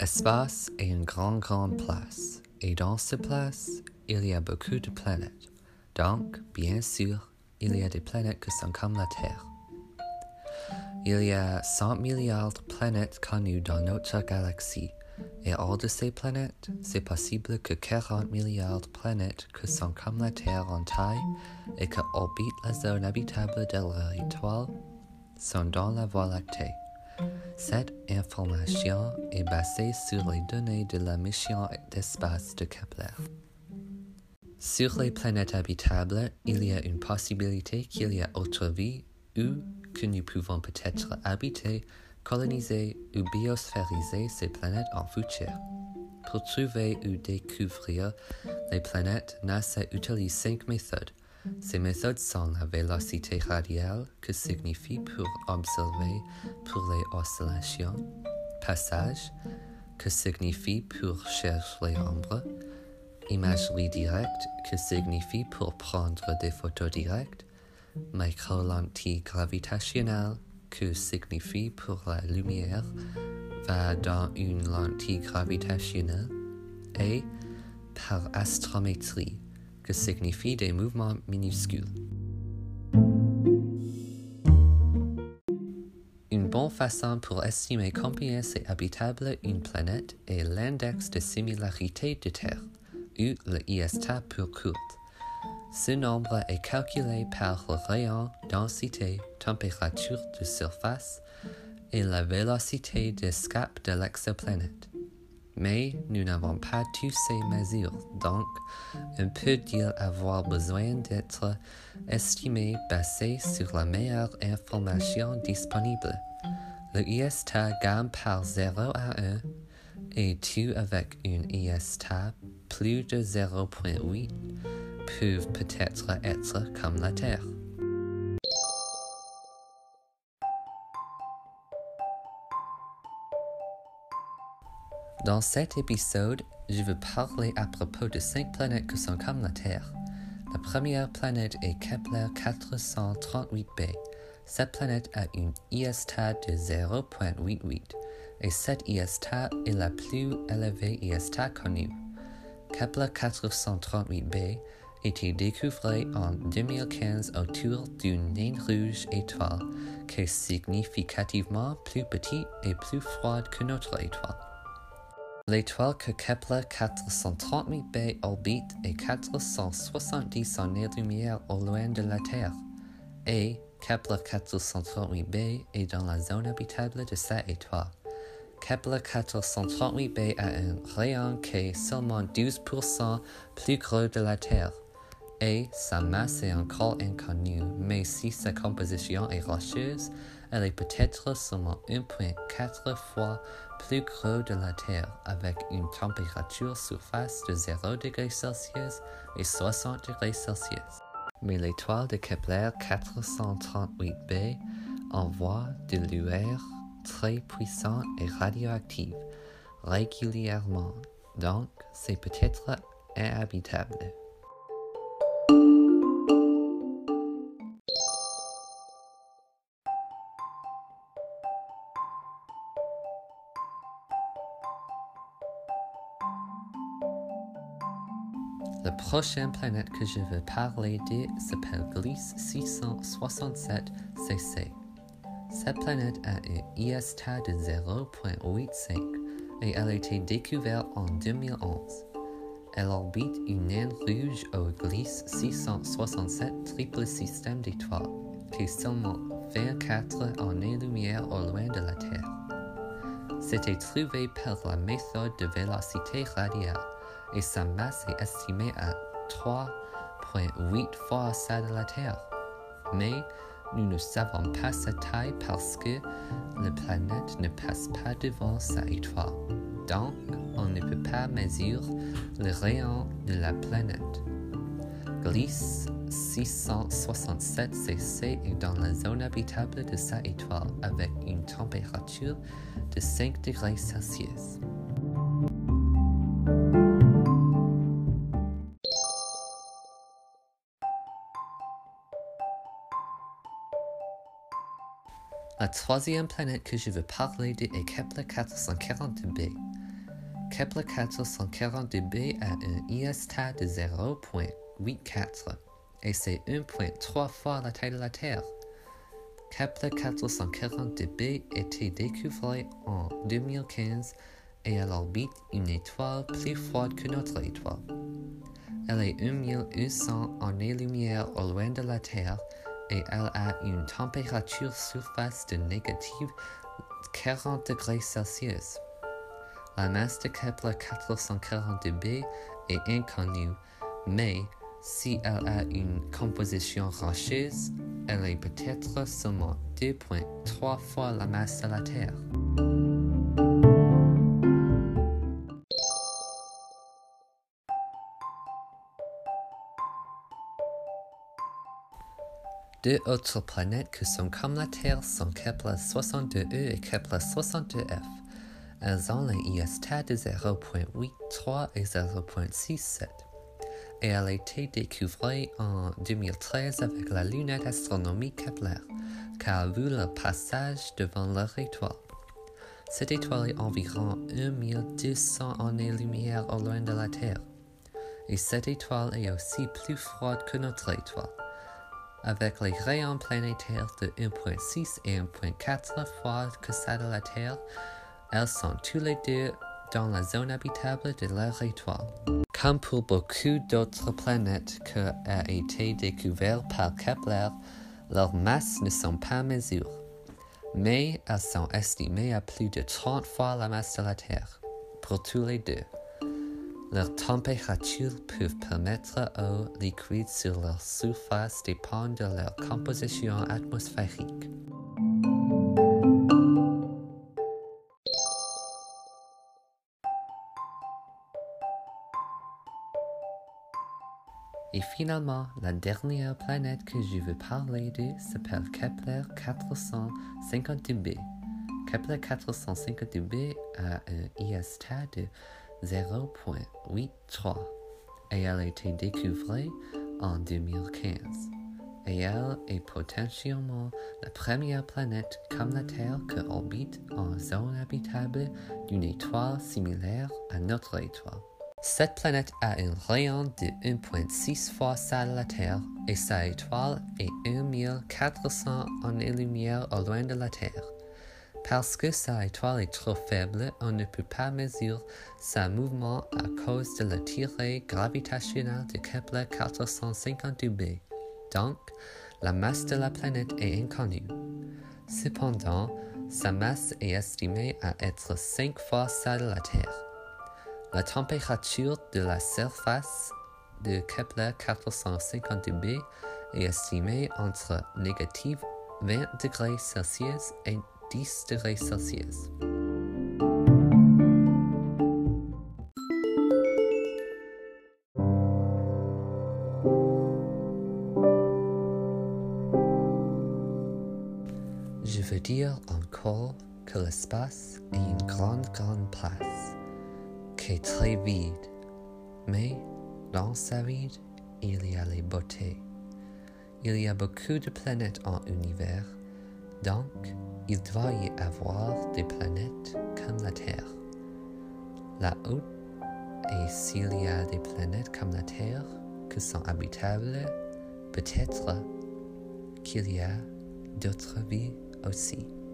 L'espace est une grande place, et dans cette place, il y a beaucoup de planètes. Donc, bien sûr, il y a des planètes qui sont comme la Terre. Il y a 100 milliards de planètes connues dans notre galaxie, et hors de ces planètes, c'est possible que 40 milliards de planètes qui sont comme la Terre en taille et qui orbitent la zone habitable de leur étoile sont dans la Voie lactée. Cette information est basée sur les données de la mission d'espace de Kepler. Sur les planètes habitables, il y a une possibilité qu'il y ait autre vie ou que nous pouvons peut-être habiter, coloniser ou biosphériser ces planètes en futur. Pour trouver ou découvrir les planètes, NASA utilise 5 méthodes. Ces méthodes sont la vélocité radiale, qui signifie pour observer pour les oscillations, passage, qui signifie pour chercher les ombres, imagerie directe, qui signifie pour prendre des photos directes, micro-lentille gravitationnelle, qui signifie pour la lumière va dans une lentille gravitationnelle, et par astrométrie, qui signifie des mouvements minuscules. Une bonne façon pour estimer combien c'est habitable une planète est l'index de similarité de Terre, ou le ISTA pour court. Ce nombre est calculé par le rayon, densité, température de surface et la vélocité d'escape de l'exoplanète. Mais nous n'avons pas toutes ces mesures, donc on peut dire avoir besoin d'être estimé basé sur la meilleure information disponible. Le ISTA gagne par 0 à 1 et tout avec une ISTA plus de 0,8 peuvent peut-être être comme la Terre. Dans cet épisode, je veux parler à propos de 5 planètes qui sont comme la Terre. La première planète est Kepler 438b. Cette planète a une ISTA de 0,88 et cette ISTA est la plus élevée ISTA connue. Kepler 438b été découvert en 2015 autour d'une naine rouge étoile qui est significativement plus petite et plus froide que notre étoile. L'étoile que Kepler 438b orbite est 470 années-lumière au loin de la Terre, et Kepler 438b est dans la zone habitable de cette étoile. Kepler 438b a un rayon qui est seulement 12% plus gros que la Terre, et sa masse est encore inconnue, mais si sa composition est rocheuse, elle est peut-être seulement 1,4 fois plus gros que la Terre, avec une température surface de 0 degrés Celsius et 60 degrés Celsius. Mais l'étoile de Kepler 438b envoie de lumière très puissante et radioactive régulièrement, donc c'est peut-être inhabitable. La prochaine planète que je veux parler de s'appelle Gliese 667 cc. Cette planète a un ISTA de 0,85 et elle a été découverte en 2011. Elle orbite une naine rouge au Gliese 667 triple système d'étoiles, qui est seulement 24 années-lumière au loin de la Terre. C'était trouvé par la méthode de vélocité radiale et sa masse est estimée à 3,8 fois celle de la Terre. Mais nous ne savons pas sa taille parce que la planète ne passe pas devant sa étoile. Donc, on ne peut pas mesurer le rayon de la planète. Gliese 667 cc est dans la zone habitable de sa étoile avec une température de 5 degrés Celsius. La troisième planète que je veux parler de est Kepler 442b. Kepler-442b a un ISTA de 0.84 et c'est 1.3 fois la taille de la Terre. Kepler-442b était découvert en 2015 et elle orbite une étoile plus froide que notre étoile. Elle est 1100 années-lumière au loin de la Terre et elle a une température surface de négative 40 degrés Celsius. La masse de Kepler-442b est inconnue, mais si elle a une composition rocheuse, elle est peut-être seulement 2.3 fois la masse de la Terre. Deux autres planètes qui sont comme la Terre sont Kepler-62e et Kepler-62f. Elles ont un ISTA de 0.83 et 0.67. Et elle a été découverte en 2013 avec la lunette astronomique Kepler, qui a vu le passage devant leur étoile. Cette étoile est environ 1200 années-lumière au loin de la Terre. Et cette étoile est aussi plus froide que notre étoile. Avec les rayons planétaires de 1.6 et 1.4 fois que ça de la Terre, elles sont tous les deux dans la zone habitable de leur étoile. Comme pour beaucoup d'autres planètes qui ont été découvertes par Kepler, leurs masses ne sont pas mesurées, mais elles sont estimées à plus de 30 fois la masse de la Terre, pour tous les deux. Leurs températures peuvent permettre aux liquides sur leur surface dépendre de leur composition atmosphérique. Et finalement, la dernière planète que je veux parler de s'appelle Kepler-452b. Kepler-452b a un ISTA de 0.83 et elle a été découverte en 2015. Et elle est potentiellement la première planète comme la Terre qui orbite en zone habitable d'une étoile similaire à notre étoile. Cette planète a un rayon de 1.6 fois ça de la Terre et sa étoile est 1400 années-lumière au loin de la Terre. Parce que sa étoile est trop faible, on ne peut pas mesurer son mouvement à cause de l'attiré gravitationnel de Kepler-452b. Donc, la masse de la planète est inconnue. Cependant, sa masse est estimée à être 5 fois ça de la Terre. La température de la surface de Kepler-452b est estimée entre négative 20 degrés Celsius et 10 degrés Celsius. Je veux dire encore que l'espace est une grande place, qui est très vide, mais dans sa vide, il y a les beautés. Il y a beaucoup de planètes en univers, donc il doit y avoir des planètes comme la Terre. Là-haut, et s'il y a des planètes comme la Terre qui sont habitables, peut-être qu'il y a d'autres vies aussi.